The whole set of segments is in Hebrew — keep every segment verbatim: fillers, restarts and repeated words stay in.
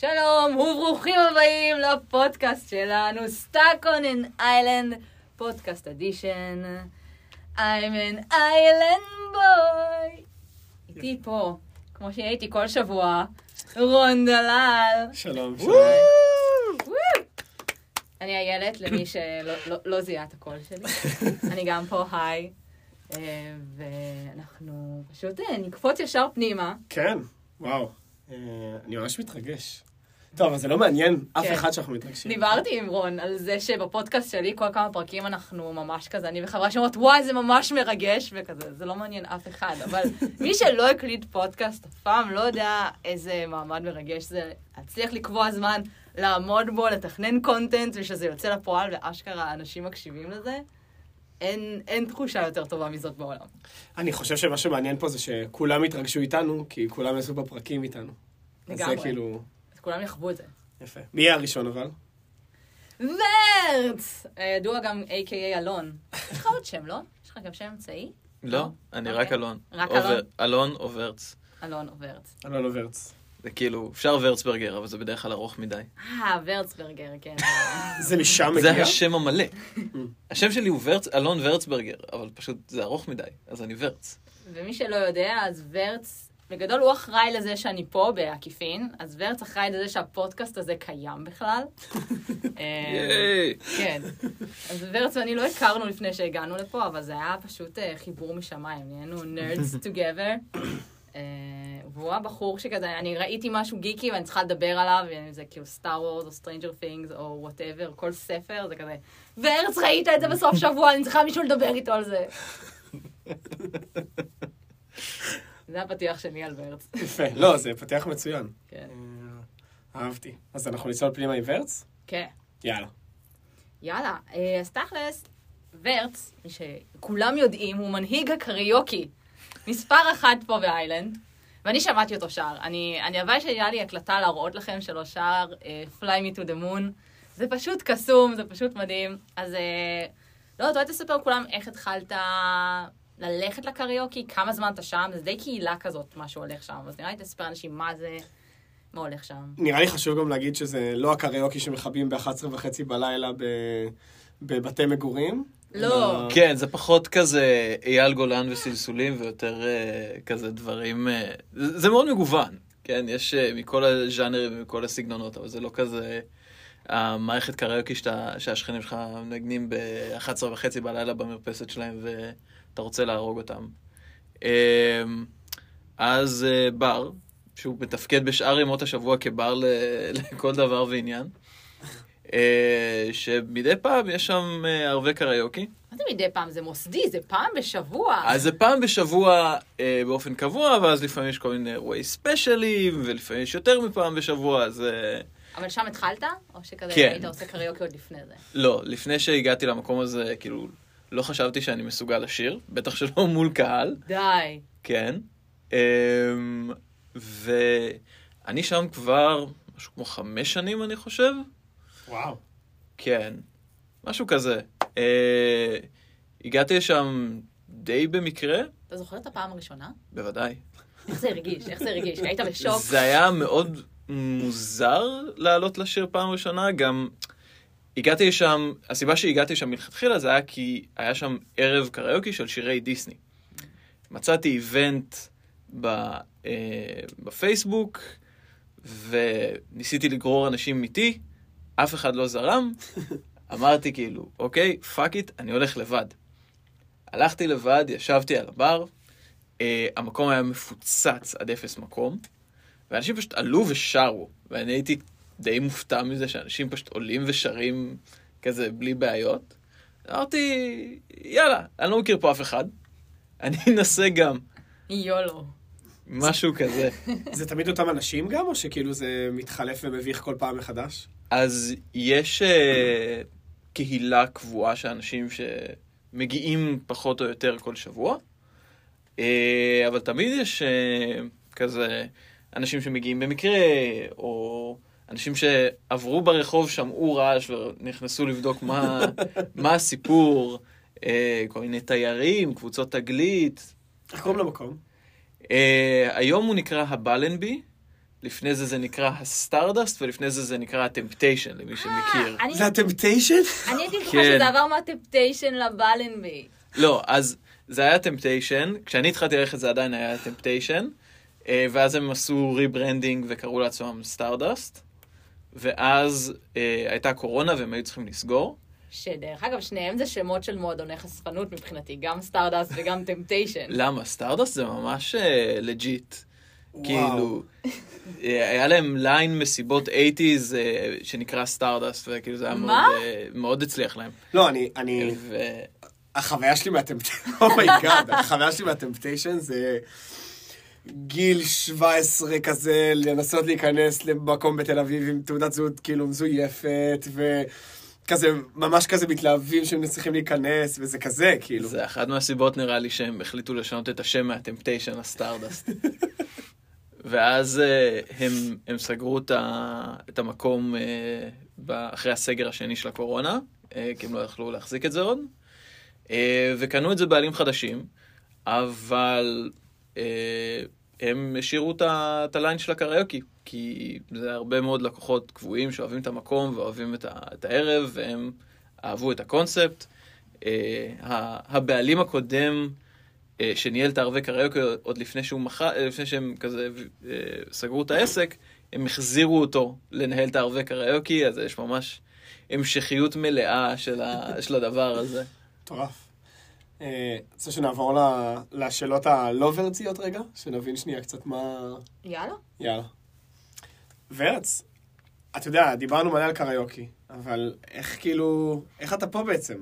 שלום וברוכים הבאים לפודקאסט שלנו, Stuck on an Island, פודקאסט אדישן. I'm an island boy. איתי פה, כמו שהייתי כל שבוע, רון דלל. שלום, שלום. אני איילת, למי שלא זיהה את הקול שלי. אני גם פה, היי. ואנחנו פשוט נקפוץ ישר פנימה. כן, וואו. אני ממש מתרגש. טוב, אז זה לא מעניין אף אחד שאנחנו מתרגשים. דיברתי עם רון על זה שבפודקאסט שלי כל כמה פרקים אנחנו ממש כזה, אני וחברה שאומרת, וואי, זה ממש מרגש וכזה, זה לא מעניין אף אחד, אבל מי שלא הקליט פודקאסט אף פעם לא יודע איזה מעמד מרגש זה, להצליח לקבוע זמן, לעמוד בו, לתכנן קונטנט, ושזה יוצא לפועל ואשכרה אנשים מקשיבים לזה. אין, אין תחושה יותר טובה מזאת בעולם. אני חושב שמה שמעניין פה זה שכולם התרגשו איתנו, כי כולם עשו בפרקים איתנו. לגמרי. זה כאילו... אז כולם יחוו את זה. יפה. מי יהיה הראשון אבל? ורץ! ידוע גם איי קיי איי אלון. יש לך עוד שם, לא? יש לך גם שם אמצעי? לא, אני רק אלון. רק אלון? אלון או ורץ. אלון או ורץ. אלון או ורץ. זה כאילו, אפשר ורצברגר, אבל זה בדרך כלל ארוך מדי. אה, ורצברגר, כן. זה משם מגיע? זה השם המלא. השם שלי הוא ורץ, אלון ורצברגר, אבל פשוט זה ארוך מדי, אז אני ורץ. ומי שלא יודע, אז ורץ, בגדול הוא אחראי לזה שאני פה בעקיפין, אז ורץ אחראי לזה שהפודקאסט הזה קיים בכלל. ייי! כן. אז ורץ ואני לא הכרנו לפני שהגענו לפה, אבל זה היה פשוט חיבור משמיים. נהיינו nerds together. והוא הבחור שכזה, אני ראיתי משהו גיקי ואני צריכה לדבר עליו, זה כאילו סטאר וורס או סטרנג'ר פינגס או whatever, כל ספר, זה כזה, ורץ, ראית את זה בסוף שבוע, אני צריכה מישהו לדבר איתו על זה. זה הפתיח שלי על ורץ. יפה, לא, זה פתיח מצוין. כן. אהבתי. אז אנחנו ניצול פנימה עם ורץ? כן. יאללה. יאללה, אז תכלס, ורץ, מי שכולם יודעים, הוא מנהיג הקריוקי. מספר אחד פה באיילנד, ואני שמעתי אותו שר. אני, אני הווי שהיה לי הקלטה להראות לכם שלו שר, uh, Fly me to the moon. זה פשוט קסום, זה פשוט מדהים. אז, uh, לא, אתה תספר לכולם איך התחלת ללכת לקריוקי, כמה זמן אתה שם, זה די קהילה כזאת, מה שהולך שם. אז נראה לי תספר אנשים מה זה, מה הולך שם. נראה לי חשוב גם להגיד שזה לא הקריוקי שמחבים ב-אחת עשרה וחצי בלילה בבתי מגורים. לא. כן, זה פחות כזה אייל גולן וסלסולים, ויותר כזה דברים... זה מאוד מגוון, כן? יש מכל הז'אנרים ומכל הסגנונות, אבל זה לא כזה... המערכת קריוקי שהשכנים שלך מנגנים ב-אחת עשרה וחצי בלילה במרפסת שלהם, ואתה רוצה להרוג אותם. אז בר, שהוא מתפקד בשאר ימות השבוע כבר לכל דבר ועניין, שמדי פעם יש שם ערבי קריוקי. מה זה מדי פעם? זה מוסדי, זה פעם בשבוע. אז זה פעם בשבוע באופן קבוע, ואז לפעמים יש כל מיני אירועי ספיישלים, ולפעמים יש יותר מפעם בשבוע, אז... אבל שם התחלת? או שכזה כן. היית עושה קריוקי עוד לפני זה? לא, לפני שהגעתי למקום הזה, כאילו, לא חשבתי שאני מסוגל לשיר, בטח שלא מול קהל. די. כן. ואני שם כבר משהו כמו חמש שנים, אני חושב. וואו. כן, משהו כזה. אה, הגעתי לשם די במקרה. אתה זוכר את הפעם הראשונה? בוודאי. איך זה הרגיש? איך זה הרגיש? היית בשוק? זה היה מאוד מוזר לעלות לשיר פעם ראשונה, גם הגעתי לשם, הסיבה שהגעתי לשם מלכתחילה זה היה כי היה שם ערב קריוקי של שירי דיסני. מצאתי איבנט ב, אה, בפייסבוק, וניסיתי לגרור אנשים איתי, אף אחד לא זרם, אמרתי כאילו, אוקיי, פאק איט, אני הולך לבד. הלכתי לבד, ישבתי על הבר, אה, המקום היה מפוצץ עד אפס מקום, ואנשים פשוט עלו ושרו, ואני הייתי די מופתע מזה שאנשים פשוט עולים ושרים כזה בלי בעיות. אמרתי, יאללה, אני לא מכיר פה אף אחד, אני אנסה גם. יולו. משהו כזה. זה תמיד אותם אנשים גם, או שכאילו זה מתחלף ומביך כל פעם מחדש? אז יש uh, קהילה קבועה של אנשים שמגיעים פחות או יותר כל שבוע, uh, אבל תמיד יש uh, כזה אנשים שמגיעים במקרה, או אנשים שעברו ברחוב, שמעו רעש ונכנסו לבדוק מה, מה הסיפור, uh, כל מיני תיירים, קבוצות תגלית. איך קוראים למקום? Uh, היום הוא נקרא הבלנבי, לפני זה זה נקרא הסטארדסט, ולפני זה זה נקרא הטמפטיישן, למי שמכיר. אני- זה הטמפטיישן? אני הייתי בטוחה כן. שזה עבר מהטמפטיישן לבלנבי. לא, אז זה היה טמפטיישן, כשאני התחלתי ללכת זה עדיין היה טמפטיישן, ואז הם עשו ריברנדינג וקראו לעצמם סטארדסט, ואז אה, הייתה קורונה והם היו צריכים לסגור. שדרך אגב, שניהם זה שמות של מועדוני חשפנות מבחינתי, גם סטארדסט וגם טמפטיישן. למה? סטארדסט זה ממש אה, לג'יט. וואו. כאילו, אה, היה להם ליין מסיבות שמונים אה, שנקרא סטארדסט, וכאילו זה היה מאוד, מה? אה, מאוד הצליח להם. לא, אני, אני, ו... החוויה שלי מהטמפטיישן, אומייגאד, החוויה שלי מהטמפטיישן זה גיל שבע עשרה כזה, לנסות להיכנס למקום בתל אביב עם תעודת זהות כאילו מזויפת, וכזה, ממש כזה מתלהבים שהם צריכים להיכנס, וזה כזה, כאילו. זה אחת מהסיבות נראה לי שהם החליטו לשנות את השם מהטמפטיישן לסטארדסט. ואז uh, הם, הם סגרו את, ה, את המקום uh, אחרי הסגר השני של הקורונה, uh, כי הם לא יכלו להחזיק את זה עוד, uh, וקנו את זה בעלים חדשים, אבל uh, הם השאירו את, ה, את הליין של הקריוקי, כי זה הרבה מאוד לקוחות קבועים שאוהבים את המקום ואוהבים את, ה, את הערב, והם אהבו את הקונספט. Uh, הבעלים הקודם, שניהל את הערבי קריוקי עוד לפני שהוא מח... לפני שהם כזה סגרו את העסק, הם החזירו אותו לנהל את הערבי קריוקי, אז יש ממש המשכיות מלאה של, ה... של הדבר הזה. מטורף. אה, רוצה שנעבור ל- לשאלות הלא ורציות רגע? שנבין שנייה קצת מה... יאללה. יאללה. ורץ, אתה יודע, דיברנו מלא על קריוקי, אבל איך כאילו... איך אתה פה בעצם?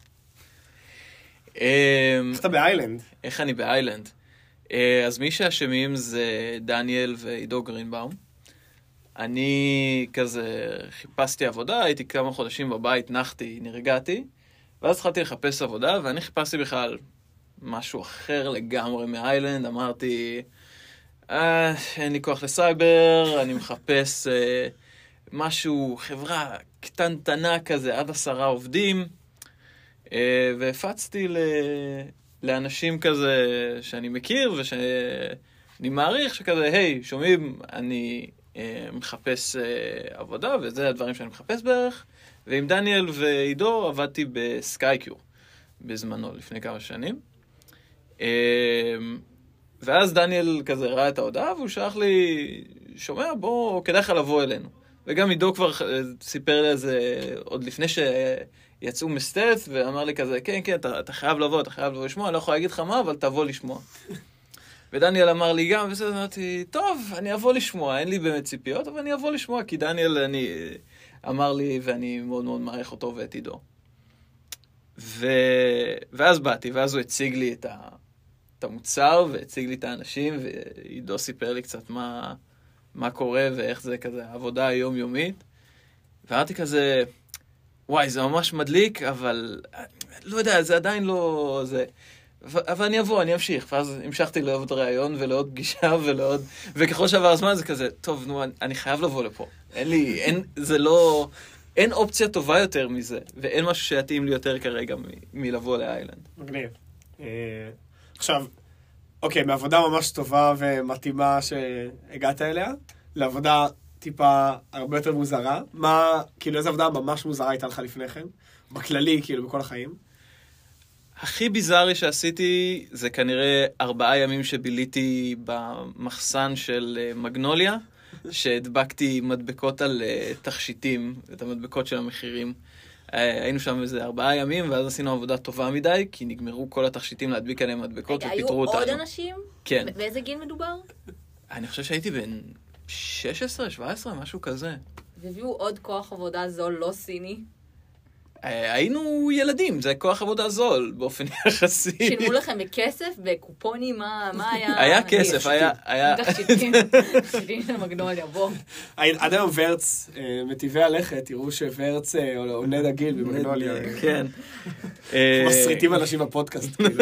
איך אתה באיילנד? איך אני באיילנד? אז מי שאשמים זה דניאל ועידו גרינבאום. אני כזה חיפשתי עבודה, הייתי כמה חודשים בבית, נחתי, נרגעתי, ואז התחלתי לחפש עבודה, ואני חיפשתי בכלל משהו אחר לגמרי מאיילנד. אמרתי, אה, אין לי כוח לסייבר, אני מחפש אה, משהו, חברה קטנטנה כזה, עד עשרה עובדים, והפצתי ל... לאנשים כזה שאני מכיר ושאני מעריך שכזה, היי, שומעים, אני אה, מחפש אה, עבודה, וזה הדברים שאני מחפש בערך. ועם דניאל ועידו עבדתי בסקייקיור בזמנו, לפני כמה שנים. אה, ואז דניאל כזה ראה את ההודעה, והוא שלח לי, שומע, בוא, כדאי לך לבוא אלינו. וגם עידו כבר סיפר לי על זה עוד לפני ש... יצאו מסטט, ואמר לי כזה, כן, כן, אתה, אתה חייב לבוא, אתה חייב לבוא לשמוע, אני לא יכול להגיד לך מה, אבל תבוא לשמוע. ודניאל אמר לי גם, וזה, אמרתי, טוב, אני אבוא לשמוע, אין לי באמת ציפיות, אבל אני אבוא לשמוע, כי דניאל אני, אמר לי, ואני מאוד מאוד מעריך אותו ואת עידו. ו... ואז באתי, ואז הוא הציג לי את, ה... את המוצר, והציג לי את האנשים, ועידו סיפר לי קצת מה, מה קורה, ואיך זה כזה, עבודה היומיומית. ואמרתי כזה, וואי, זה ממש מדליק, אבל לא יודע, זה עדיין לא זה. אבל אני אבוא, אני אמשיך. ואז המשכתי לעוד רעיון ולעוד פגישה ולעוד... וככל שעבר הזמן זה כזה, טוב, נו, אני חייב לבוא לפה. אין לי, אין, זה לא... אין אופציה טובה יותר מזה, ואין משהו שיתאים לי יותר כרגע מ- מלבוא לאיילנד. מגניב. אה, עכשיו, אוקיי, מעבודה ממש טובה ומתאימה שהגעת אליה, לעבודה טיפה הרבה יותר מוזרה. מה, כאילו, איזו עבודה ממש מוזרה הייתה לך לפני כן? בכללי, כאילו, בכל החיים? הכי ביזארי שעשיתי זה כנראה ארבעה ימים שביליתי במחסן של מגנוליה, שהדבקתי מדבקות על תכשיטים, את המדבקות של המחירים. היינו שם איזה ארבעה ימים, ואז עשינו עבודה טובה מדי, כי נגמרו כל התכשיטים להדביק עליהם מדבקות ופיטרו אותנו. היו עוד אנשים? כן. באיזה גיל מדובר? אני חושב שהייתי בן שש עשרה, שבע עשרה, משהו כזה. והביאו עוד כוח עבודה זול, לא סיני. היינו ילדים, זה כוח עבודה זול, באופן יחסי. שילמו לכם בכסף, בקופונים, מה, מה היה? היה כסף, היה... היה... תכשיטים, תכשיטים של מגנוליה, בוא. עד היום ורץ, מטיבי הלכת, תראו שוורץ עונה דגיל במגנוליה. כן. מסריטים אנשים בפודקאסט, כאילו.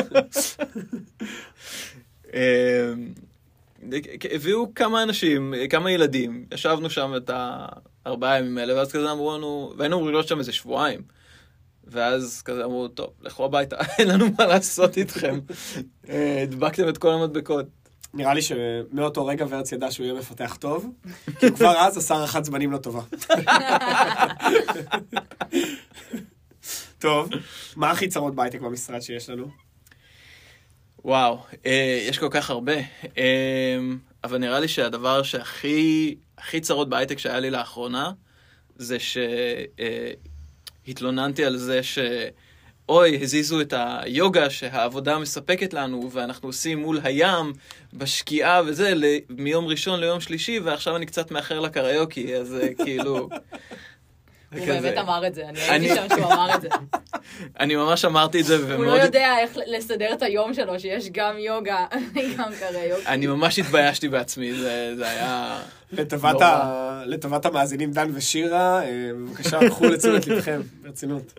הביאו כמה אנשים, כמה ילדים, ישבנו שם את הארבעה ימים האלה, ואז כזה אמרו לנו, והיינו אמרו להיות שם איזה שבועיים, ואז כזה אמרו, טוב, לכו הביתה, אין לנו מה לעשות איתכם. הדבקתם את כל המדבקות. נראה לי שמאותו רגע ורץ ידע שהוא יהיה מפתח טוב, כי כבר אז עשה הערכת זמנים לא טובה. טוב, מה הכי צרות בהייטק במשרד שיש לנו? וואו, אה, יש כל כך הרבה. אה, אבל נראה לי שהדבר שהכי הכי צרות בהייטק שהיה לי לאחרונה, זה שהתלוננתי על זה ש... אוי, הזיזו את היוגה שהעבודה מספקת לנו, ואנחנו עושים מול הים, בשקיעה וזה, מיום ראשון ליום שלישי, ועכשיו אני קצת מאחר לקריוקי, אז כאילו... הוא באמת אמר את זה, אני הייתי שם שהוא אמר את זה. אני ממש אמרתי את זה, ומאוד... הוא לא יודע איך לסדר את היום שלו, שיש גם יוגה, גם קריוקי. אני ממש התביישתי בעצמי, זה היה... לטובת המאזינים דן ושירה, בבקשה, קחו לתשומת לבכם, ברצינות.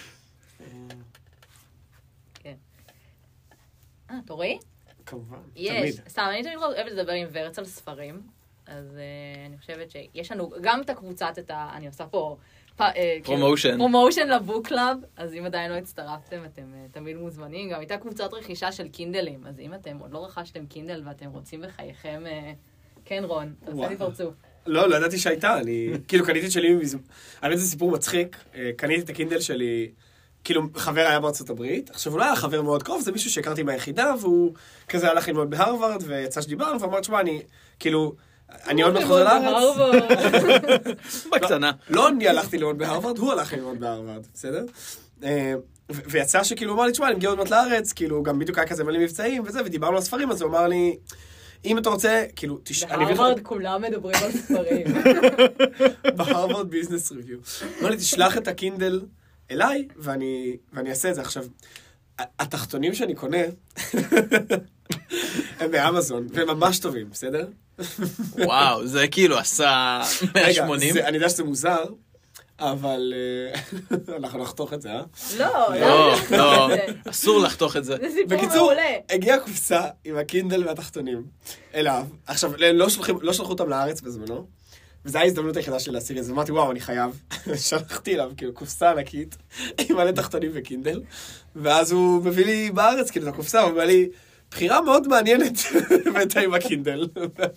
אה, תורי? כמובן, תמיד. סתם, אני תמיד אוהבת לדבר עם ורץ על ספרים, אז אני חושבת שיש לנו גם את הקבוצת, את ה... אני עושה פה... פרומושן. פרומושן לבוק קלאב, אז אם עדיין לא הצטרפתם, אתם תמיד מוזמנים. גם הייתה קבוצת רכישה של קינדלים, אז אם אתם עוד לא רכשתם קינדל ואתם רוצים בחייכם... כן, רון, תעשה לי פרצוף. לא, לא ידעתי שהייתה, אני... כאילו, קניתי את שלי... האמת זה סיפור מצחיק, קניתי את הקינדל שלי... כאילו, חבר היה בארצות הברית, עכשיו הוא לא היה חבר מאוד קרוב, זה מישהו שהכרתי מהיחידה, והוא כזה הלך ללמוד בהרווארד, ויצא שדיברנו, ואמר, תשמע, אני, כאילו, אני עוד מעט חוזר לארץ. בקטנה. לא אני הלכתי ללמוד בהרווארד, הוא הלך ללמוד בהרווארד, בסדר? ויצא שכאילו, הוא אמר לי, תשמע, אני מגיע עוד מעט לארץ, כאילו, גם בדיוק היה כזה מלא מבצעים וזה, ודיברנו על ספרים, אז הוא אמר לי, אם אתה רוצה, כאילו, בהרווארד כולם מדברים על ספרים. בהרווארד ביזנס ריוויו. אמר לי, תשלח את הקינדל אליי, ואני, ואני אעשה את זה. עכשיו, התחתונים שאני קונה, הם באמזון, והם ממש טובים, בסדר? וואו, זה כאילו עשה מאה ושמונים. רגע, אני יודע שזה מוזר, אבל אנחנו נחתוך את זה, אה? לא, לא, לא, אסור לחתוך את זה. זה סיפור בקיצור, מעולה. הגיעה קופסה עם הקינדל והתחתונים אליו. עכשיו, לא שלחו אותם לארץ בזמנו, וזו ההזדמנות היחידה שלי להשיג את זה. אמרתי, וואו, אני חייב. שלחתי אליו, כאילו, קופסה ענקית, עם מלא תחתונים וקינדל, ואז הוא מביא לי בארץ, כאילו, את הקופסה, הוא אומר לי, בחירה מאוד מעניינת, ואתה עם הקינדל.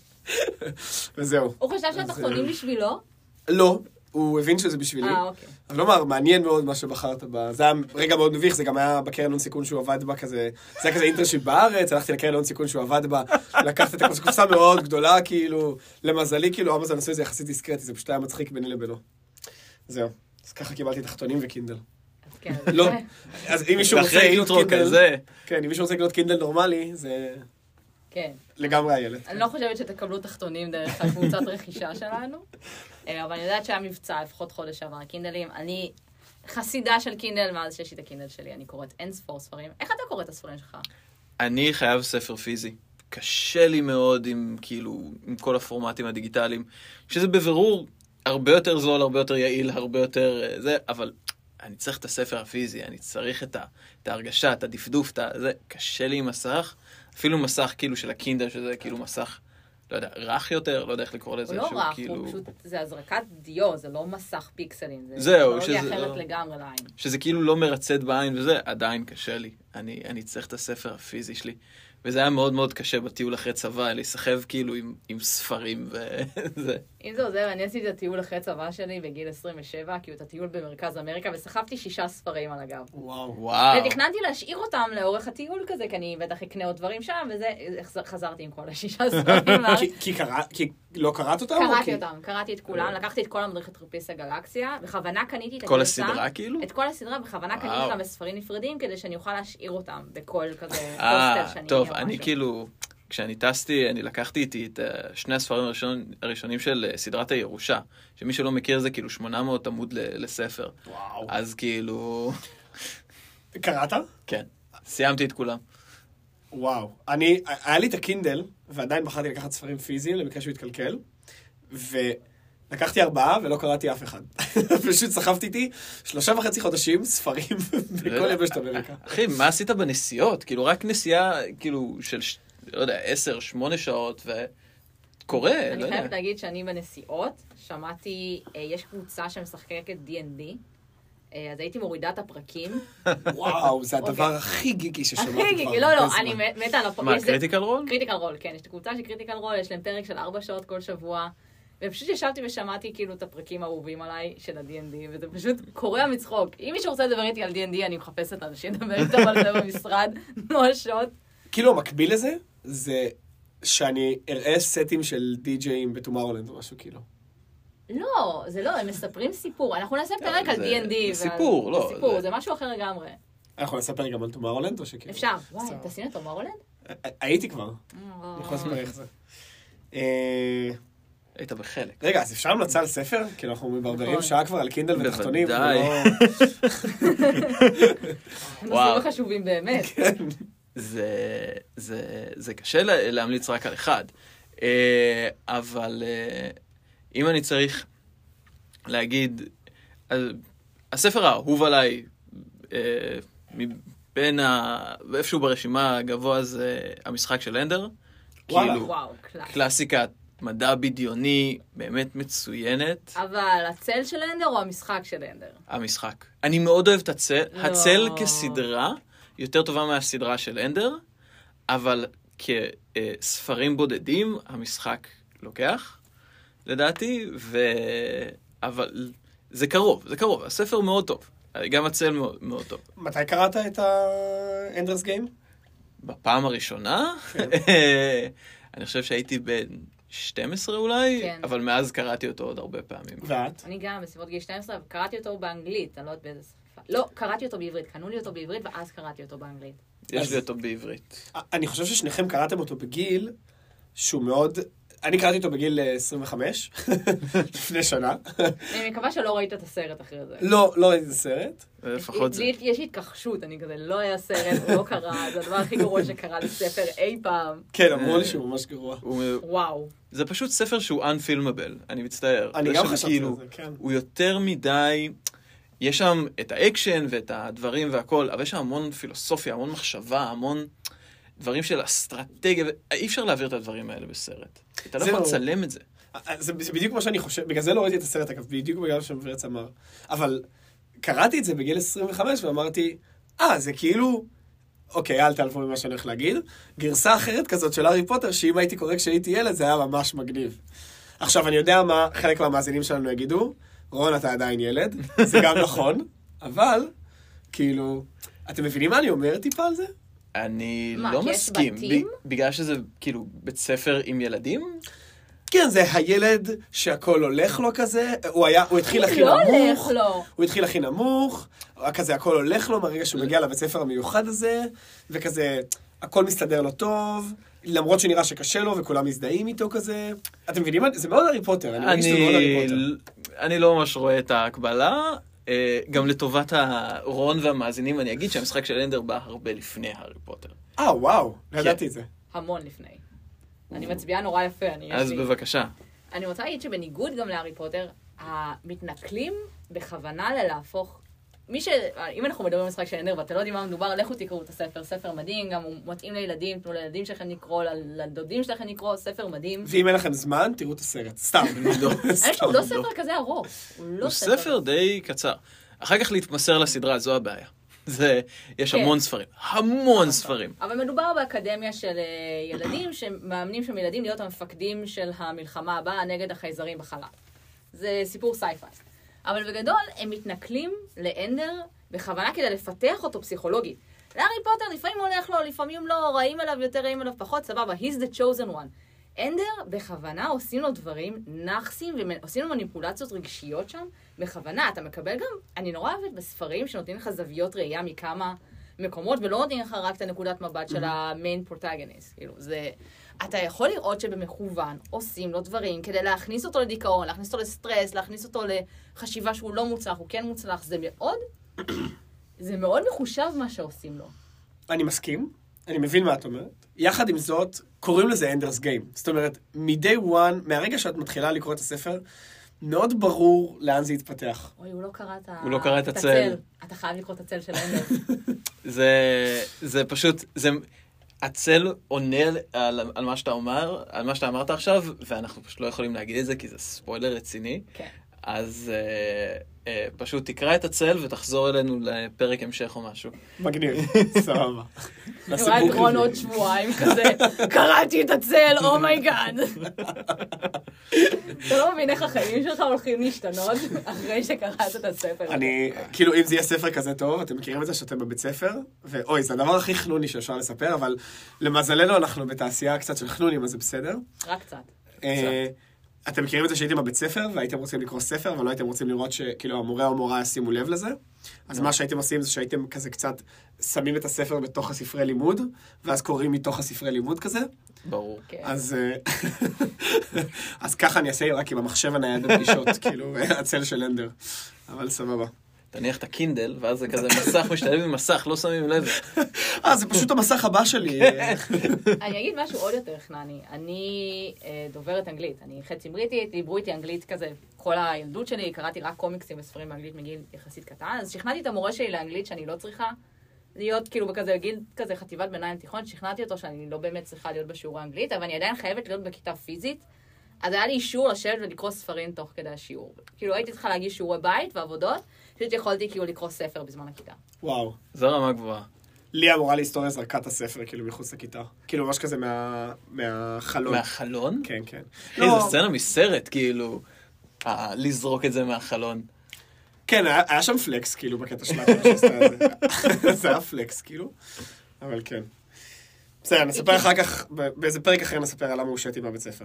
וזהו. הוא חשב שהתחתונים בשבילו? לא, הוא הבין שזה בשבילי. אה, אוקיי. אבל לומר, מעניין מאוד מה שבחרת בה. זה היה רגע מאוד מביך, זה גם היה בקרן הון סיכון שהוא עבד בה כזה, זה היה כזה אינטרשיפ בארץ, הלכתי לקרן הון סיכון שהוא עבד בה, לקחת את הקופסה מאוד גדולה, כאילו, למזלי, כאילו, אמזון עשו את זה יחסית דיסקרטי, זה פשוט היה מצחיק ביני לבינו. זהו. אז ככה קיבלתי תחתונים וקינדל. אז כן. לא, אז אם מישהו רוצה לקנות קינדל, כן, אם מישהו רוצה לקנות קינדל נורמלי, זה כן. לגמרי הילד. אני לא חושבת שתקבלו תחתונים דרך הקבוצת רכישה שלנו, אבל אני יודעת שהיה מבצע, לפחות חודש עבר, קינדלים. אני חסידה של קינדל, מאז שיש לי את הקינדל שלי, אני קוראת אין ספור ספרים. איך אתה קורא את הספרים שלך? אני חייב ספר פיזי. קשה לי מאוד עם, כאילו, עם כל הפורמטים הדיגיטליים, שזה בבירור הרבה יותר זול, הרבה יותר יעיל, הרבה יותר זה, אבל אני צריך את הספר הפיזי, אני צריך את, ה, את ההרגשה, את הדפדוף, את זה, קשה לי עם מסך, אפילו מסך כאילו של הקינדל, שזה כאילו מסך, לא יודע, רך יותר, לא יודע איך לקרוא לזה. הוא לא רך, כאילו... הוא פשוט, זה הזרקת דיו, זה לא מסך פיקסלים, זה זהו, טכנולוגיה אחרת לא... לגמרי לעין. שזה כאילו לא מרצד בעין וזה, עדיין קשה לי. אני, אני צריך את הספר הפיזי שלי. וזה היה מאוד מאוד קשה בטיול אחרי צבא, להיסחב כאילו עם, עם ספרים וזה. אם זה עוזר, אני עשיתי את הטיול אחרי צבא שלי בגיל עשרים ושבע, כאילו את הטיול במרכז אמריקה, וסחבתי שישה ספרים על הגב. וואו. וואו. ותכננתי להשאיר אותם לאורך הטיול כזה, כי אני בטח אקנה עוד דברים שם, וזה, חזרתי עם כל השישה ספרים. כי, קרא, כי לא קראת אותם? קראתי אותם, קראתי את כולם, לקחתי את כל המדריך לטרמפיסט הגלקסיה, בכוונה קניתי את כל הסדרה כאילו? את כל הסדרה, בכוונה קניתי אותם בספרים נפרדים, כדי שאני אוכל להשאיר אותם בכל כזה פוסטר שאני... טוב, אני כאילו, כשאני טסתי, אני לקחתי איתי את שני הספרים הראשון, הראשונים של סדרת הירושה, שמי שלא מכיר זה כאילו שמונה מאות עמוד לספר. וואו. אז כאילו... קראת? כן, סיימתי את כולם. וואו. אני, היה לי את הקינדל, ועדיין בחרתי לקחת ספרים פיזיים, למקרה שהוא התקלקל, ולקחתי ארבעה ולא קראתי אף אחד. פשוט סחבתי איתי שלושה וחצי חודשים ספרים בכל יבשת אמריקה. אחי, מה עשית בנסיעות? כאילו, רק נסיעה, כאילו, של, לא יודע, עשר, שמונה שעות, וקורא, לא יודע. אני חייבת להגיד שאני בנסיעות, שמעתי, יש קבוצה שמשחקת די אנד די, אז הייתי מורידה את הפרקים. וואו, זה הדבר הכי גיקי ששמעתי כבר. הכי גיקי, לא, לא, אני מתה על הפרקים. מה, קריטיקל רול? קריטיקל רול, כן, יש את הקבוצה של קריטיקל רול, יש להם פרק של ארבע שעות כל שבוע, ופשוט ישבתי ושמעתי כאילו את הפרקים האהובים עליי של ה-די אנד די, וזה פשוט קורע מצחוק. אם מישהו רוצה לדבר איתי על די אנד די, אני מחפשת אנשים לדבר איתם על זה במשרד, נואשות. כאילו, המקביל לזה, זה שאני אראה סטים של די-ג'אים בטומארולנד או משהו כאילו. לא, זה לא, הם מספרים סיפור. אנחנו נעשה פרק על די אנד די. זה סיפור, לא. סיפור, זה משהו אחר לגמרי. אנחנו נספר גם על טומארולנד או שכאילו? אפשר. וואי, תשים את טומארולנד? הייתי כבר. אני יכול לספר איך זה. היית בחלק. רגע, אז אפשר המלצה על ספר? כאילו אנחנו מברברים שעה כבר על קינדל ותחתונים. בוודאי. נושאים חשובים באמת. זה קשה להמליץ רק על אחד. אבל אם אני צריך להגיד, הספר האהוב עליי, בין איפשהו ברשימה הגבוה זה המשחק של אנדר. כאילו, קלאסיקת מדע בדיוני, באמת מצוינת. אבל הצל של אנדר או המשחק של אנדר? המשחק. אני מאוד אוהב את הצל. הצל כסדרה יותר טובה מהסדרה של אנדר, אבל כספרים בודדים, המשחק לוקח, לדעתי, ו... אבל זה קרוב, זה קרוב. הספר מאוד טוב. גם הצל מאוד, מאוד טוב. מתי קראת את האנדרס גיים? בפעם הראשונה? כן. אני חושב שהייתי בן שתים עשרה אולי, כן. אבל מאז קראתי אותו עוד הרבה פעמים. ואת? אני גם בסביבות גיל שתים עשרה, קראתי אותו באנגלית, אני לא יודעת באיזה שפה. לא, קראתי אותו בעברית, קנו לי אותו בעברית, ואז קראתי אותו באנגלית. יש אז... לי אותו בעברית. אני חושב ששניכם קראתם אותו בגיל שהוא מאוד... אני קראתי אותו בגיל עשרים וחמש, לפני שנה. אני מקווה שלא ראית את הסרט אחרי זה. לא, לא ראיתי את הסרט. לפחות זה. יש לי התכחשות, אני כזה, לא היה סרט, הוא לא קרה, זה הדבר הכי גרוע שקרה לספר אי פעם. כן, אמרו לי שהוא ממש גרוע. וואו. זה פשוט ספר שהוא unfilmable, אני מצטער. אני גם חשבתי על זה, כן. הוא יותר מדי... יש שם את האקשן ואת הדברים והכל, אבל יש שם המון פילוסופיה, המון מחשבה, המון... דברים של אסטרטגיה, אי אפשר להעביר את הדברים האלה בסרט. אתה לא יכול לצלם את זה. זה בדיוק מה שאני חושב, בגלל זה לא ראיתי את הסרט, בדיוק בגלל שמברץ אמר. אבל קראתי את זה בגיל עשרים וחמש ואמרתי, אה, זה כאילו, אוקיי, אל תעלבו ממה שאני הולך להגיד, גרסה אחרת כזאת של הארי פוטר, שאם הייתי קורא כשהייתי ילד, זה היה ממש מגניב. עכשיו, אני יודע מה חלק מהמאזינים שלנו יגידו, רון, אתה עדיין ילד, זה גם נכון, אבל, כאילו, אתם מבינים מה אני אומר טיפה על זה? אני לא מסכים, בגלל שזה כאילו בית ספר עם ילדים? כן, זה הילד שהכל הולך לו כזה, הוא היה, הוא התחיל הכי נמוך, הוא התחיל הכי נמוך, כזה הכל הולך לו מהרגע שהוא מגיע לבית ספר המיוחד הזה, וכזה הכל מסתדר לו טוב, למרות שנראה שקשה לו וכולם מזדהים איתו כזה. אתם מבינים? זה מאוד הארי פוטר, אני מרגיש שזה מאוד הארי פוטר. אני לא ממש רואה את ההקבלה. גם לטובת הרון והמאזינים, אני אגיד שהמשחק של אנדר בא הרבה לפני הארי פוטר. אה, וואו, ידעתי את זה. המון לפני. אני מצביעה נורא יפה. אז בבקשה. אני רוצה להגיד שבניגוד גם להארי פוטר, המתנכלים בכוונה ללהפוך... מי ש... אם אנחנו מדברים על משחק של אנדר, ואתה לא יודעים מה מדובר, לכו תקראו את הספר. ספר מדהים, גם הוא מתאים לילדים, תנו לילדים שלכם לקרוא, לדודים שלכם לקרוא, ספר מדהים. ואם אין לכם זמן, תראו את הסרט. סתם. הוא לא ספר כזה ארוך. הוא ספר די קצר. אחר כך להתמסר לסדרה, זו הבעיה. זה, יש המון ספרים. המון ספרים. אבל מדובר באקדמיה של ילדים, שמאמנים שם ילדים להיות המפקדים של המלחמה הבאה נגד החייזרים בחלל. זה סיפור סייפיי. אבל בגדול הם מתנכלים לאנדר בכוונה כדי לפתח אותו פסיכולוגית. להארי פוטר לפעמים הולך לו, לפעמים לא, רעים עליו יותר, רעים עליו פחות, סבבה, he's the chosen one. אנדר בכוונה עושים לו דברים נחסים, ועושים לו מניפולציות רגשיות שם, בכוונה. אתה מקבל גם, אני נורא אוהבת בספרים שנותנים לך זוויות ראייה מכמה מקומות, ולא נותנים לך רק את הנקודת מבט של המיין פרוטגניסט. כאילו, זה... אתה יכול לראות שבמכוון עושים לו דברים כדי להכניס אותו לדיכאון, להכניס אותו לסטרס, להכניס אותו לחשיבה שהוא לא מוצלח, הוא כן מוצלח. זה מאוד, זה מאוד מחושב מה שעושים לו. אני מסכים, אני מבין מה את אומרת. יחד עם זאת, קוראים לזה אנדרס גיים. זאת אומרת, מ-day one, מהרגע שאת מתחילה לקרוא את הספר, מאוד ברור לאן זה יתפתח. אוי, הוא לא קרא את, הוא לא קרא את הצל. אתה חייב לקרוא את הצל של אנדרס. זה, זה פשוט, זה... הצל עונה על, על מה שאתה אומר, על מה שאתה אמרת עכשיו, ואנחנו פשוט לא יכולים להגיד את זה, כי זה ספוילר רציני. כן. אז אה, אה, פשוט תקרא את הצל ותחזור אלינו לפרק המשך או משהו. מגניב, סבבה. אני רואה את רון עוד שבועיים כזה, קראתי את הצל, אומייגאד. אתה לא מבין איך החיים שלך הולכים להשתנות אחרי שקראת את הספר. אני, כאילו, אם זה יהיה ספר כזה טוב, אתם מכירים את זה שאתם בבית ספר, ואוי, זה הדבר הכי חנוני שאפשר לספר, אבל למזלנו אנחנו בתעשייה קצת של חנונים, אז זה בסדר. רק קצת. אתם מכירים את זה שהייתם בבית ספר, והייתם רוצים לקרוא ספר, אבל לא הייתם רוצים לראות שכאילו המורה או המורה ישימו לב לזה. אז מה שהייתם עושים זה שהייתם כזה קצת שמים את הספר בתוך הספרי לימוד, ואז קוראים מתוך הספרי לימוד כזה. ברור. אז אז ככה אני אעשה רק עם המחשב הנייד בפגישות, כאילו, הצל של אנדר. אבל סבבה. תניח את הקינדל, ואז זה כזה מסך משתלב עם מסך, לא שמים לב. אה, זה פשוט המסך הבא שלי. אני אגיד משהו עוד יותר חנני. אני דוברת אנגלית, אני חצי בריטית, דיברו איתי אנגלית כזה כל הילדות שלי, קראתי רק קומיקסים וספרים באנגלית מגיל יחסית קטן, אז שכנעתי את המורה שלי לאנגלית שאני לא צריכה להיות כאילו בכזה גיל כזה חטיבת ביניים תיכון, שכנעתי אותו שאני לא באמת צריכה להיות בשיעור האנגלית, אבל אני עדיין חייבת להיות בכיתה פיזית, אז היה לי אישור לשבת ולקרוא ספרים תוך כדי השיעור. כאילו הייתי צריכה להגיש שיעורי בית ועבודות, פשוט יכולתי כאילו לקרוא ספר בזמן הכיתה. וואו. זו רמה גבוהה. לי המורה להיסטוריה זרקה את הספר כאילו מחוץ לכיתה. כאילו ממש כזה מה... מהחלון. מהחלון? כן, כן. איזה סצנה מסרט, כאילו, לזרוק את זה מהחלון. כן, היה שם פלקס, כאילו, בקטע שלה, זה היה פלקס, כאילו. אבל כן. בסדר, נספר אחר כך, באיזה פרק אחר נספר על למה הוא שתי בבית ספר.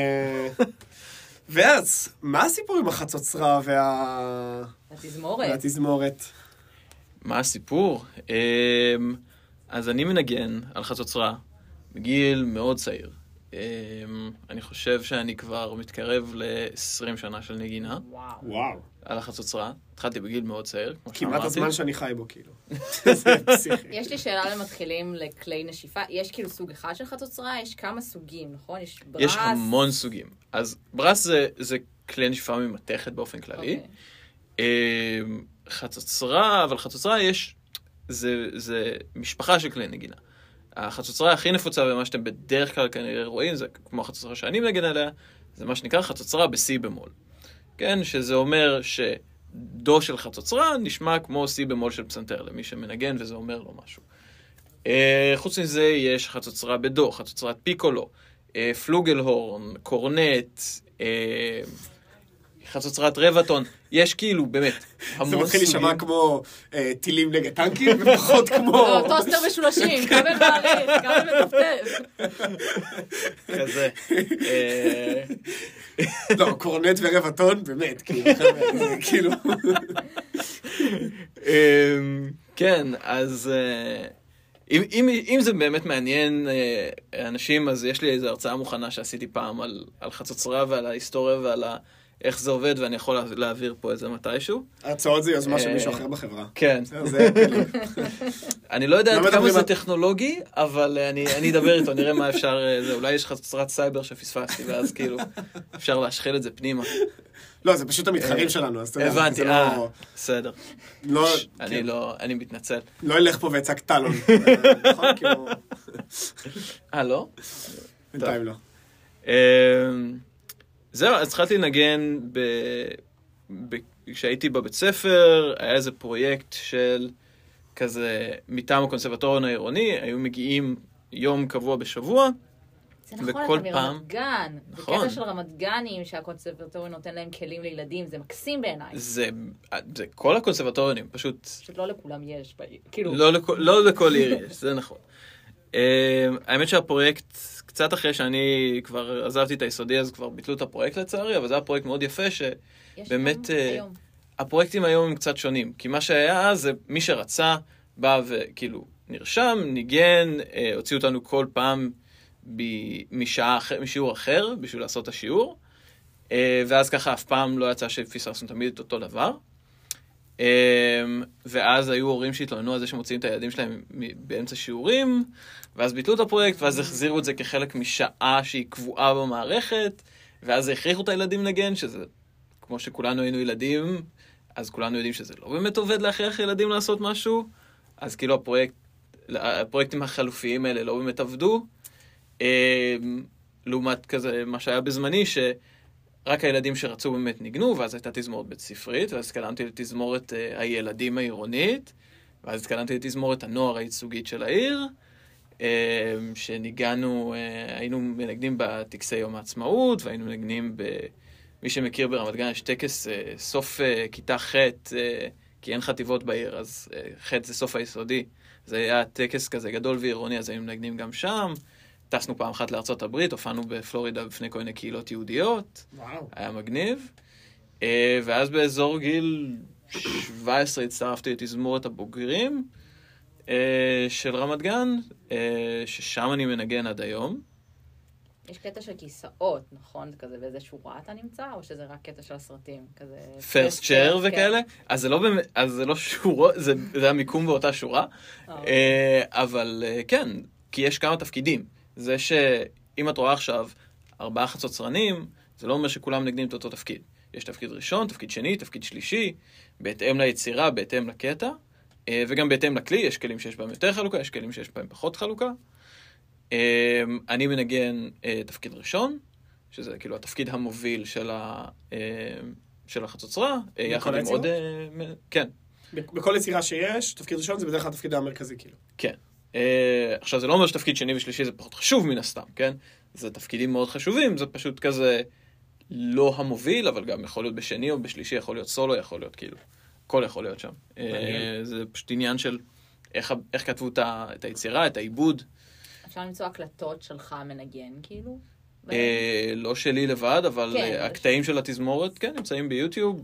ואז, מה הסיפור עם החצוצרה וה... התזמורת. והתזמורת? מה הסיפור? אז אני מנגן על חצוצרה בגיל מאוד צעיר. אני חושב שאני כבר מתקרב ל-עשרים שנה של נגינה. וואו. על החצוצרה. התחלתי בגיל מאוד צעיר, כמו שאמרתי. כמעט הזמן שאני חי בו, כאילו. זה פסיכי. יש לי שאלה למתחילים לכלי נשיפה. יש כאילו סוג אחד של חצוצרה? יש כמה סוגים, נכון? יש ברס. יש המון סוגים. אז ברס זה, זה כלי נשיפה ממתכת באופן כללי. Okay. חצוצרה, אבל חצוצרה יש, זה, זה משפחה של כלי נגינה. החצוצרה הכי נפוצה ומה שאתם בדרך כלל כנראה רואים, זה כמו החצוצרה שאני מנגן עליה, זה מה שנקרא חצוצרה בסי במול. כן, שזה אומר שדו של חצוצרה נשמע כמו סי במול של פסנתר, למי שמנגן וזה אומר לו משהו. חוץ מזה יש חצוצרה בדו, חצוצרת פיקולו, פלוגלהורן, קורנט, חצוצרת רבע טון, יש כאילו באמת המון סוגים. זה מתחיל להישמע כמו טילים נגד טנקים, ופחות כמו... לא, טוסטר משולשים, כבל מעריך, כבל מטפטף. כזה. לא, קורנט ורבע טון, באמת, כאילו. כן, אז... אם, אם, אם זה באמת מעניין אנשים, אז יש לי איזו הרצאה מוכנה שעשיתי פעם על, על חצוצרה ועל ההיסטוריה ועל ה... איך זה עובד, ואני יכול להעביר פה איזה מתישהו. הרצאות זה יוזמה של מישהו אחר בחברה. כן. אני לא יודע עד כמה זה טכנולוגי, אבל אני אדבר איתו, נראה מה אפשר, אולי יש חצוצרת סייבר שפספסתי, ואז כאילו אפשר להשחיל את זה פנימה. לא, זה פשוט המתחרים שלנו, אז אתה יודע. הבנתי, אה, בסדר. לא, אני לא, אני מתנצל. לא ילך פה ויצק טלון. נכון, כאילו... אה, לא? בינתיים לא. זהו, אז התחלתי לנגן ב... ב... כשהייתי בבית ספר, היה איזה פרויקט של כזה, מטעם הקונסרבטוריון העירוני, היו מגיעים יום קבוע בשבוע, זה נכון, אתה מרמת גן. נכון. זה קטע של רמת גנים שהקונסרבטוריון נותן להם כלים לילדים, זה מקסים בעיניי. זה, זה כל הקונסרבטוריונים, פשוט... פשוט לא לכולם יש, כאילו... לא, לכ... לא לכל עיר יש, זה נכון. האמת שהפרויקט... קצת אחרי שאני כבר עזבתי את היסודי, אז כבר ביטלו את הפרויקט לצערי, אבל זה היה פרויקט מאוד יפה, שבאמת... היום. הפרויקטים היום הם קצת שונים, כי מה שהיה אז, זה מי שרצה, בא וכאילו נרשם, ניגן, הוציאו אותנו כל פעם משעה אחר, משיעור אחר, בשביל לעשות את השיעור, ואז ככה אף פעם לא יצא שפספסנו תמיד את אותו דבר, ואז היו הורים שהתלוננו על זה שמוציאים את הילדים שלהם באמצע שיעורים, ואז ביטלו את הפרויקט, ואז החזירו את זה כחלק משעה שהיא קבועה במערכת, ואז הכריחו את הילדים לנגן, שזה, כמו שכולנו היינו ילדים, אז כולנו יודעים שזה לא באמת עובד להכריח ילדים לעשות משהו, אז כאילו הפרויקט, הפרויקטים החלופיים האלה לא באמת עבדו, לעומת כזה מה שהיה בזמני, רק הילדים שרצו באמת ניגנו, ואז הייתה תזמורת בית ספרית, ואז התקדמתי לתזמורת uh, הילדים העירונית, ואז התקדמתי לתזמורת הנוער הייצוגית של העיר, uh, שניגענו, uh, היינו מנגנים בטקסי יום העצמאות, והיינו מנגנים ב... מי שמכיר ברמת גן, יש טקס uh, סוף uh, כיתה ח', uh, כי אין חטיבות בעיר, אז uh, ח' זה סוף היסודי. זה היה טקס כזה גדול ועירוני, אז היינו מנגנים גם שם. טסנו פעם אחת לארצות הברית, הופענו בפלורידה בפני כל מיני קהילות יהודיות. וואו. היה מגניב. Uh, ואז באזור גיל שבע עשרה הצטרפתי לתזמורת הבוגרים uh, של רמת גן, uh, ששם אני מנגן עד היום. יש קטע של כיסאות, נכון? כזה באיזה שורה אתה נמצא, או שזה רק קטע של הסרטים? כזה... פרסט צ'ר וכאלה? אז זה לא באמת, אז זה לא שורות, זה, זה המיקום באותה שורה. אבל כן, כי יש כמה תפקידים. זה שאם את רואה עכשיו ארבעה חצוצרנים, זה לא אומר שכולם נגנים את אותו תפקיד. יש תפקיד ראשון, תפקיד שני, תפקיד שלישי, בהתאם ליצירה, בהתאם לקטע, וגם בהתאם לכלי, יש כלים שיש בהם יותר חלוקה, יש כלים שיש בהם פחות חלוקה. אני מנגן תפקיד ראשון, שזה כאילו התפקיד המוביל של ה של החצוצרה, יחד עם עוד... כן. בכל יצירה שיש, תפקיד ראשון זה בדרך כלל התפקיד המרכזי, כאילו. כן. עכשיו, זה לא אומר שתפקיד שני ושלישי זה פחות חשוב מן הסתם, כן? זה תפקידים מאוד חשובים, זה פשוט כזה לא המוביל, אבל גם יכול להיות בשני או בשלישי, יכול להיות סולו, יכול להיות כאילו, הכל יכול להיות שם. זה פשוט עניין של איך, איך כתבו את היצירה, את העיבוד. אפשר למצוא הקלטות שלך מנגן, כאילו? לא שלי לבד, אבל הקטעים של התזמורת, כן, נמצאים ביוטיוב.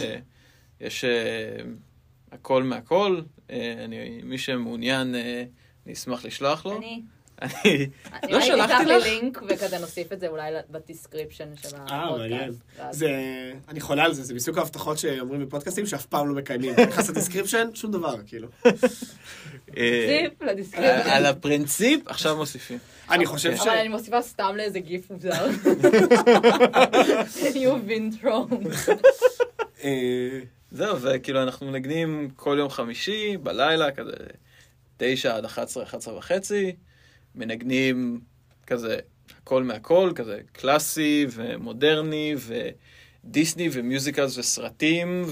יש הכל מהכל. מי שמעוניין, אני אשמח לשלוח לו. אני... אני לא שלחתי לך. אני אקח לי לינק וכזה נוסיף את זה אולי בדיסקריפשן של הפודקאסט. אני חולה על זה, זה מסוג ההבטחות שאומרים בפודקאסטים שאף פעם לא מקיימים. נכנס לדיסקריפשן, שום דבר, כאילו. פרינציפ לדיסקריפשן. על הפרינציפ, עכשיו מוסיפים. אני חושב ש... אבל אני מוסיפה סתם לאיזה גיף מוזר. You've been thrown. זהו, וכאילו אנחנו מנגנים כל יום חמישי, בלילה, כזה תשע עד אחת עשרה, אחת עשרה וחצי, מנגנים כזה הכל מהכל, כזה קלאסי ומודרני ודיסני ומיוזיקלס וסרטים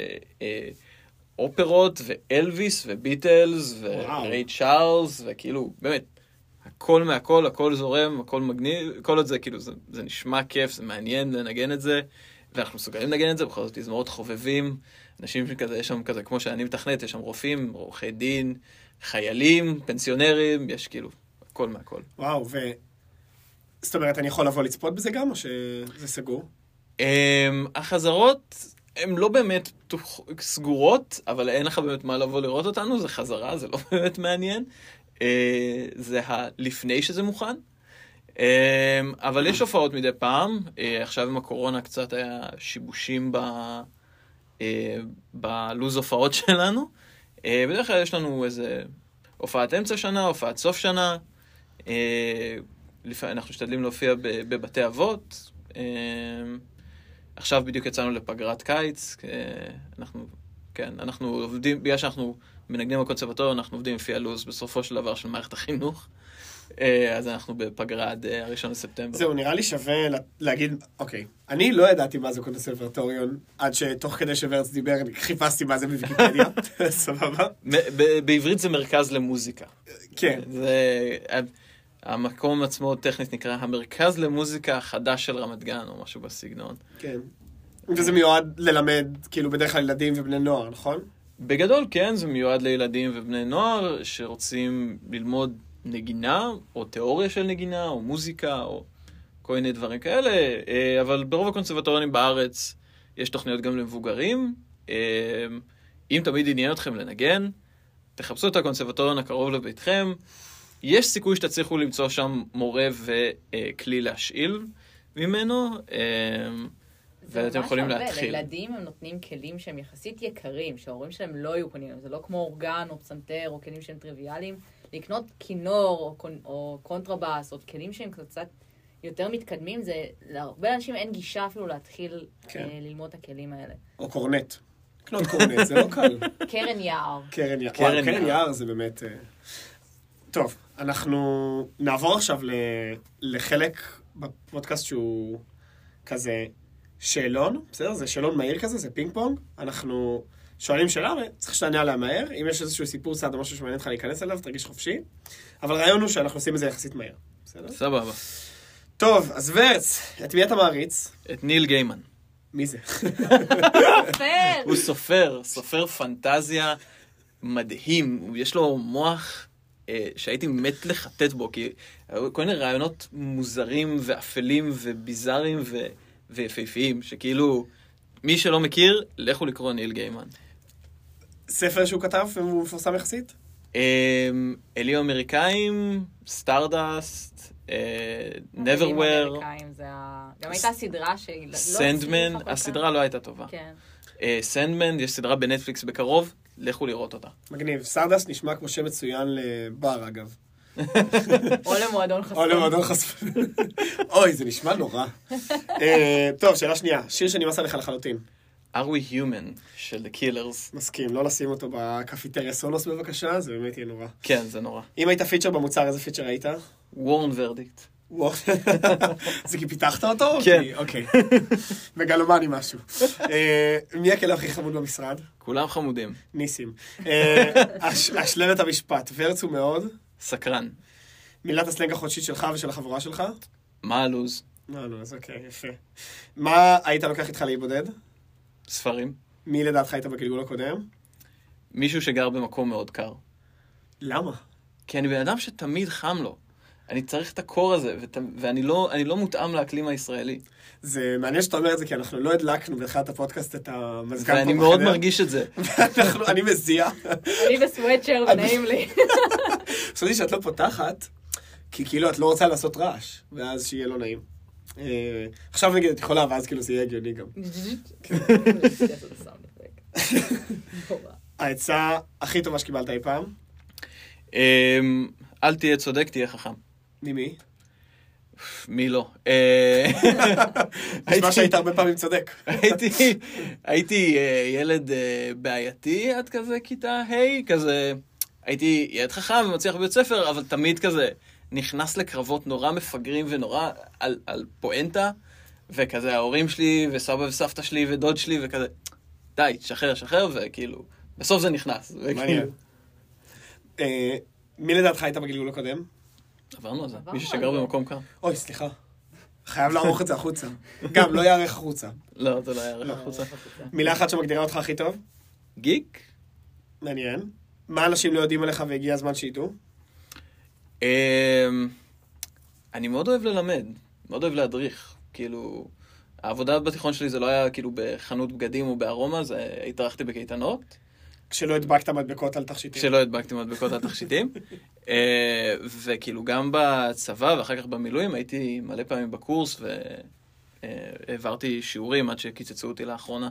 ואופרות ואלוויס וביטלס וריי צ'ארלס וכאילו באמת הכל מהכל, הכל זורם, הכל מגניב, כל את זה כאילו זה, זה נשמע כיף, זה מעניין לנגן את זה ואנחנו מסוגלים לנגן את זה, בכל זאת תזמורות חובבים, אנשים שכזה, יש שם כזה כמו שאני מתכנת, יש שם רופאים, עורכי דין, חיילים, פנסיונרים, יש כאילו הכל מהכל. וואו, ו... זאת אומרת, אני יכול לבוא לצפות בזה גם, או שזה סגור? החזרות, הן לא באמת סגורות, אבל אין לך באמת מה לבוא לראות אותנו, זה חזרה, זה לא באמת מעניין. זה לפני שזה מוכן. אבל יש הופעות מדי פעם, עכשיו עם הקורונה קצת היה שיבושים בלוז הופעות שלנו. בדרך כלל יש לנו איזה הופעת אמצע שנה, הופעת סוף שנה. אנחנו משתדלים להופיע בבתי אבות. עכשיו בדיוק יצאנו לפגרת קיץ. אנחנו, כן, אנחנו עובדים, בגלל שאנחנו מנגנים בקונסרבטוריון, אנחנו עובדים לפי הלוז בסופו של דבר של מערכת החינוך. אז אנחנו בפגרה עד הראשון לספטמבר. זהו, נראה לי שווה להגיד, אוקיי, אני לא ידעתי מה זה קונסרבטוריון, עד שתוך כדי שוורץ דיבר, אני חיפשתי מה זה בוויקיפדיה, סבבה? בעברית זה מרכז למוזיקה. כן. זה, המקום עצמו טכנית נקרא המרכז למוזיקה החדש של רמת גן, או משהו בסגנון. כן. וזה מיועד ללמד, כאילו, בדרך כלל ילדים ובני נוער, נכון? בגדול, כן, זה מיועד לילדים ובני נוער שרוצים ללמוד נגינה, או תיאוריה של נגינה, או מוזיקה, או כל מיני דברים כאלה, אבל ברוב הקונסרבטוריונים בארץ יש תוכניות גם למבוגרים. אם תמיד עניין אתכם לנגן, תחפשו את הקונסרבטוריון הקרוב לביתכם, יש סיכוי שתצליחו למצוא שם מורה וכלי להשאיל ממנו, ואתם יכולים להתחיל. לילדים הם נותנים כלים שהם יחסית יקרים, שההורים שלהם לא יהיו קונים, זה לא כמו אורגן או פסנתר או כלים שהם טריוויאליים, לקנות כינור או, או קונטרבאס או כלים שהם קצת יותר מתקדמים, זה להרבה אנשים אין גישה אפילו להתחיל כן. אה, ללמוד את הכלים האלה. או קורנט. לקנות קורנט, זה לא קל. קרן יער. קרן יער. קרן, קרן יער זה באמת... טוב, אנחנו נעבור עכשיו ל... לחלק בפודקאסט שהוא כזה שאלון, בסדר? זה שאלון מהיר כזה, זה פינג פונג. אנחנו שואלים שאלה וצריך שתענה עליה מהר. אם יש איזשהו סיפור צעד או משהו שמעניין לך להיכנס אליו, תרגיש חופשי. אבל הרעיון הוא שאנחנו עושים את זה יחסית מהר. בסדר? סבבה. טוב, אז ורץ, את מי אתה מעריץ? את ניל גיימן. מי זה? פייר. הוא סופר, סופר פנטזיה מדהים. יש לו מוח אה, שהייתי מת לחטט בו, כי היו כל מיני רעיונות מוזרים ואפלים וביזאריים ו... ויפהפיים, שכאילו, מי שלא מכיר, לכו לקרוא ניל גיימן. ספר שהוא כתב והוא מפורסם יחסית? אלים אמריקאים, סטארדסט, נברוויר, גם הייתה סדרה שהיא לא... סנדמן, הסדרה לא הייתה טובה. סנדמן, יש סדרה בנטפליקס בקרוב, לכו לראות אותה. מגניב. סטארדסט נשמע כמו שם מצוין לבר, אגב. או למועדון חשפון. או למועדון חשפון. אוי, זה נשמע נורא. טוב, שאלה שנייה. שיר שנמאס עליך לחלוטין. Are we human של The Killers. מסכים, לא לשים אותו בקפיטריה סונוס בבקשה, זה באמת יהיה נורא. כן, זה נורא. אם היית פיצ'ר במוצר, איזה פיצ'ר היית? וורן ורדיקט. זה כי פיתחת אותו? כן. אוקיי. מגלומני משהו. מי הכלב הכי חמוד במשרד? כולם חמודים. ניסים. אשלם את המשפט. ורץ הוא מאוד. סקרן. מילת הסלנג החודשית שלך ושל החבורה שלך? מה הלוז? מה הלוז, אוקיי, יפה. מה היית לוקח איתך להיבודד? ספרים. מי לדעתך היית בגלגול הקודם? מישהו שגר במקום מאוד קר. למה? כי אני בן אדם שתמיד חם לו. אני צריך את הקור הזה, ות... ואני לא, אני לא מותאם לאקלים הישראלי. זה מעניין שאתה אומר את זה, כי אנחנו לא הדלקנו בתחילת הפודקאסט את המזגן פה בחדר. ואני מאוד מרגיש את זה. אני מזיע. אני בסוואטשר ונעים לי. חשבתי שאת לא פותחת, כי כאילו את לא רוצה לעשות רעש, ואז שיהיה לא נעים. עכשיו נגיד, את יכולה, ואז כאילו זה יהיה הגיוני גם. העצה הכי טובה שקיבלת אי פעם? אל תהיה צודק, תהיה חכם. ממי? מי לא? נשמע שהיית הרבה פעמים צודק. הייתי ילד בעייתי עד כזה כיתה היי, כזה הייתי ילד חכם ומצליח בבית ספר, אבל תמיד כזה נכנס לקרבות נורא מפגרים ונורא על, על פואנטה, וכזה ההורים שלי וסבא וסבתא שלי ודוד שלי וכזה, די, שחרר, שחרר, וכאילו, בסוף זה נכנס. מעניין. מי לדעתך היית בגלגול הקודם? עברנו על זה, מישהו שגר במקום קר. אוי, סליחה. חייב לערוך את זה החוצה. גם, לא יערך החוצה. לא, זה לא יערך החוצה. מילה אחת שמגדירה אותך הכי טוב? גיק? מעניין. מה אנשים לא יודעים עליך והגיע הזמן שידעו? אני מאוד אוהב ללמד, מאוד אוהב להדריך. כאילו, העבודה בתיכון שלי זה לא היה כאילו בחנות בגדים או בארומה, זה התארחתי בקייטנות. כשלא הדבקת מדבקות על תכשיטים. כשלא הדבקתי מדבקות על תכשיטים. וכאילו גם בצבא ואחר כך במילואים הייתי מלא פעמים בקורס והעברתי שיעורים עד שקיצצו אותי לאחרונה.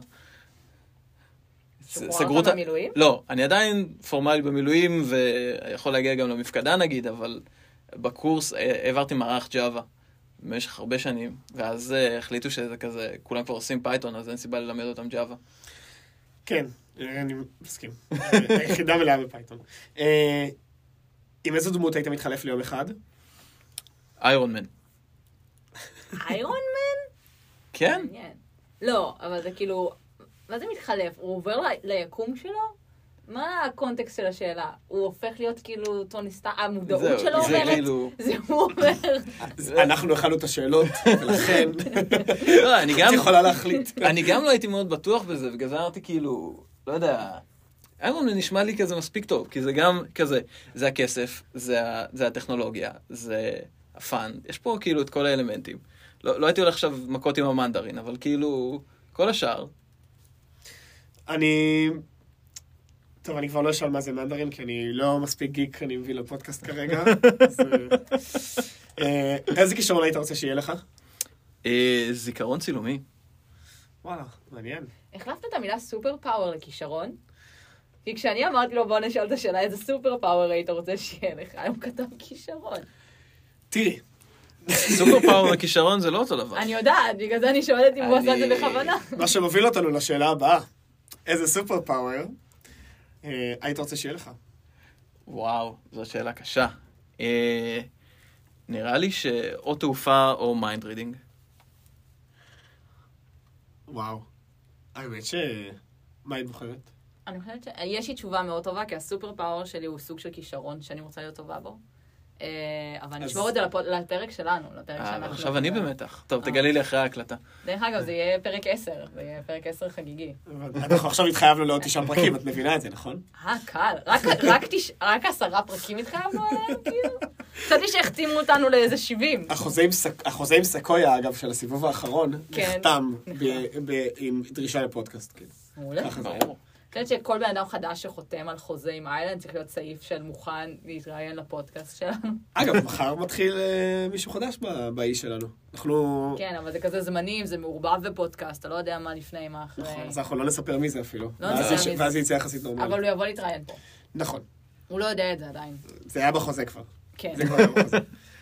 שוחררת במילואים? לא, אני עדיין פורמלי במילואים ויכול להגיע גם למפקדה נגיד, אבל בקורס העברתי מערך ג'אווה במשך הרבה שנים, ואז החליטו שזה כזה, כולם כבר עושים פייתון, אז אין סיבה ללמד אותם ג'אווה. כן, אני מסכים. היחידה מלאה בפייתון. עם איזו דמות היית מתחלף ליום אחד? איירון מן. איירון מן? כן. לא, אבל זה כאילו, מה זה מתחלף? הוא עובר ליקום שלו? מה הקונטקסט של השאלה? הוא הופך להיות כאילו טוני סטארק, המודעות שלו אומרת? זה הוא אומר. אנחנו הכנו את השאלות, ולכן את יכולה להחליט. אני גם לא הייתי מאוד בטוח בזה, בגלל זה אמרתי כאילו, לא יודע, איירון מן נשמע לי כזה מספיק טוב, כי זה גם כזה, זה הכסף, זה הטכנולוגיה, זה הפאן, יש פה כאילו את כל האלמנטים. לא הייתי הולך עכשיו מכות עם המנדרין, אבל כאילו, כל השאר. אני... טוב, אני כבר לא אשאל מה זה מנדרין, כי אני לא מספיק גיק, אני מביא לפודקאסט כרגע. איזה כישרון היית רוצה שיהיה לך? זיכרון צילומי. וואלה, מעניין. החלפת את המילה סופר פאוור לכישרון? כי כשאני אמרתי לו, בוא נשאל את השאלה, איזה סופר פאוור היית רוצה שיהיה לך? הוא כתב כישרון. תראי. סופר פאוור וכישרון זה לא אותו דבר. אני יודעת, בגלל זה אני שואלת אם הוא עשה את זה בכוונה. מה שמוביל אותנו לשאלה הבאה. איזה סופר פאוור היית רוצה שיהיה לך? וואו, זו שאלה קשה. נראה לי שאו תעופה או מיינד רידינג. וואו. האמת ש... מה היית בוחרת? אני חושבת שיש לי תשובה מאוד טובה, כי הסופר פאוור שלי הוא סוג של כישרון שאני רוצה להיות טובה בו. אבל נשמור את זה לפרק שלנו, לפרק שאנחנו... עכשיו אני במתח. טוב, תגלי לי אחרי ההקלטה. דרך אגב, זה יהיה פרק עשר, זה יהיה פרק עשר חגיגי. אנחנו עכשיו התחייבנו לעוד תשעה פרקים, את מבינה את זה, נכון? אה, קל. רק עשרה פרקים התחייבנו עליהם, כאילו? חשבתי שהחתימו אותנו לאיזה שבעים. החוזה עם סקויה, אגב, של הסיבוב האחרון, נחתם עם דרישה לפודקאסט. מעולה. ברור. אני חושבת שכל בן אדם חדש שחותם על חוזה עם איילנד צריך להיות סעיף של מוכן להתראיין לפודקאסט שלנו. אגב, מחר מתחיל מישהו חדש באי שלנו. אנחנו... כן, אבל זה כזה זמנים, זה מעורבב בפודקאסט, אתה לא יודע מה לפני, מה אחרי. נכון, אז אנחנו לא נספר מי זה אפילו. לא נספר מי זה. ואז יצא יחסית נורמלי. אבל הוא יבוא להתראיין פה. נכון. הוא לא יודע את זה עדיין. זה היה בחוזה כבר. כן. זה כבר היה בחוזה.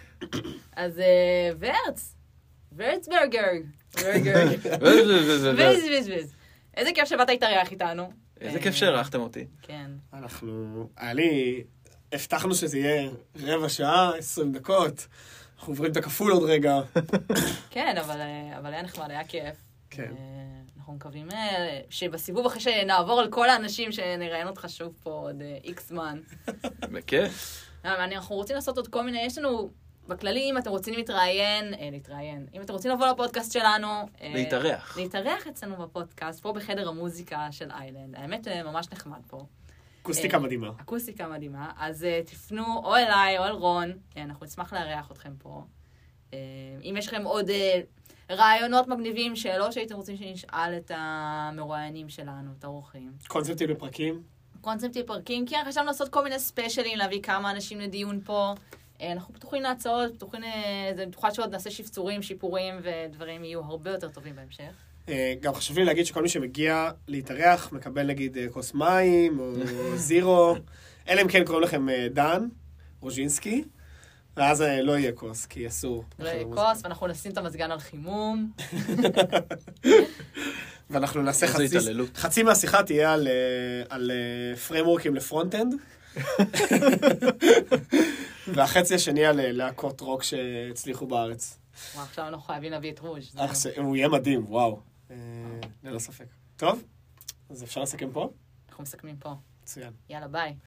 אז ורץ. ורצברגר. ברגר. ויז ויז ויז. איזה כיף שבאת להתארח איתנו. איזה כיף שהרחתם אותי. כן. אנחנו, היה לי, הבטחנו שזה יהיה רבע שעה, עשרים דקות, אנחנו עוברים את הכפול עוד רגע. כן, אבל היה נחמד, היה כיף. כן. אנחנו מקווים שבסיבוב אחרי שנעבור על כל האנשים שנראיין אותך שוב פה עוד איקס זמן. בכיף. אנחנו רוצים לעשות עוד כל מיני, יש לנו... בכללי, אם אתם רוצים להתראיין, אה, להתראיין, אם אתם רוצים לבוא לפודקאסט שלנו... אה, להתארח. להתארח אצלנו בפודקאסט, פה בחדר המוזיקה של איילנד. האמת, ממש נחמד פה. אקוסטיקה אה, מדהימה. אקוסטיקה מדהימה. אז אה, תפנו או אליי או אל רון, אה, אנחנו נשמח לארח אתכם פה. אה, אם יש לכם עוד אה, רעיונות מגניבים, שאלות שהייתם רוצים שנשאל את המרואיינים שלנו, את האורחים. קונספטים לפרקים. קונספטים לפרקים, כי חשבנו לעשות כל מיני ספיישלים, להביא כמה אנשים לדיון פה. אנחנו פתוחים להצעות, פתוחים, זה בטוחה שעוד נעשה שפצורים, שיפורים, ודברים יהיו הרבה יותר טובים בהמשך. גם חשוב לי להגיד שכל מי שמגיע להתארח, מקבל נגיד כוס מים, או זירו, אלא אם כן קוראים לכם דן, רוז'ינסקי, ואז לא יהיה כוס, כי אסור. לא יהיה כוס, ואנחנו נשים את המזגן על חימום. ואנחנו נעשה חצי, חצי מהשיחה תהיה על, על פריימורקים לפרונט-אנד. והחצי השני על להקות רוק שהצליחו בארץ. עכשיו אנחנו חייבים להביא את רוז'. הוא יהיה מדהים, וואו. ללא ספק. טוב, אז אפשר לסכם פה? אנחנו מסכמים פה. מצוין. יאללה, ביי.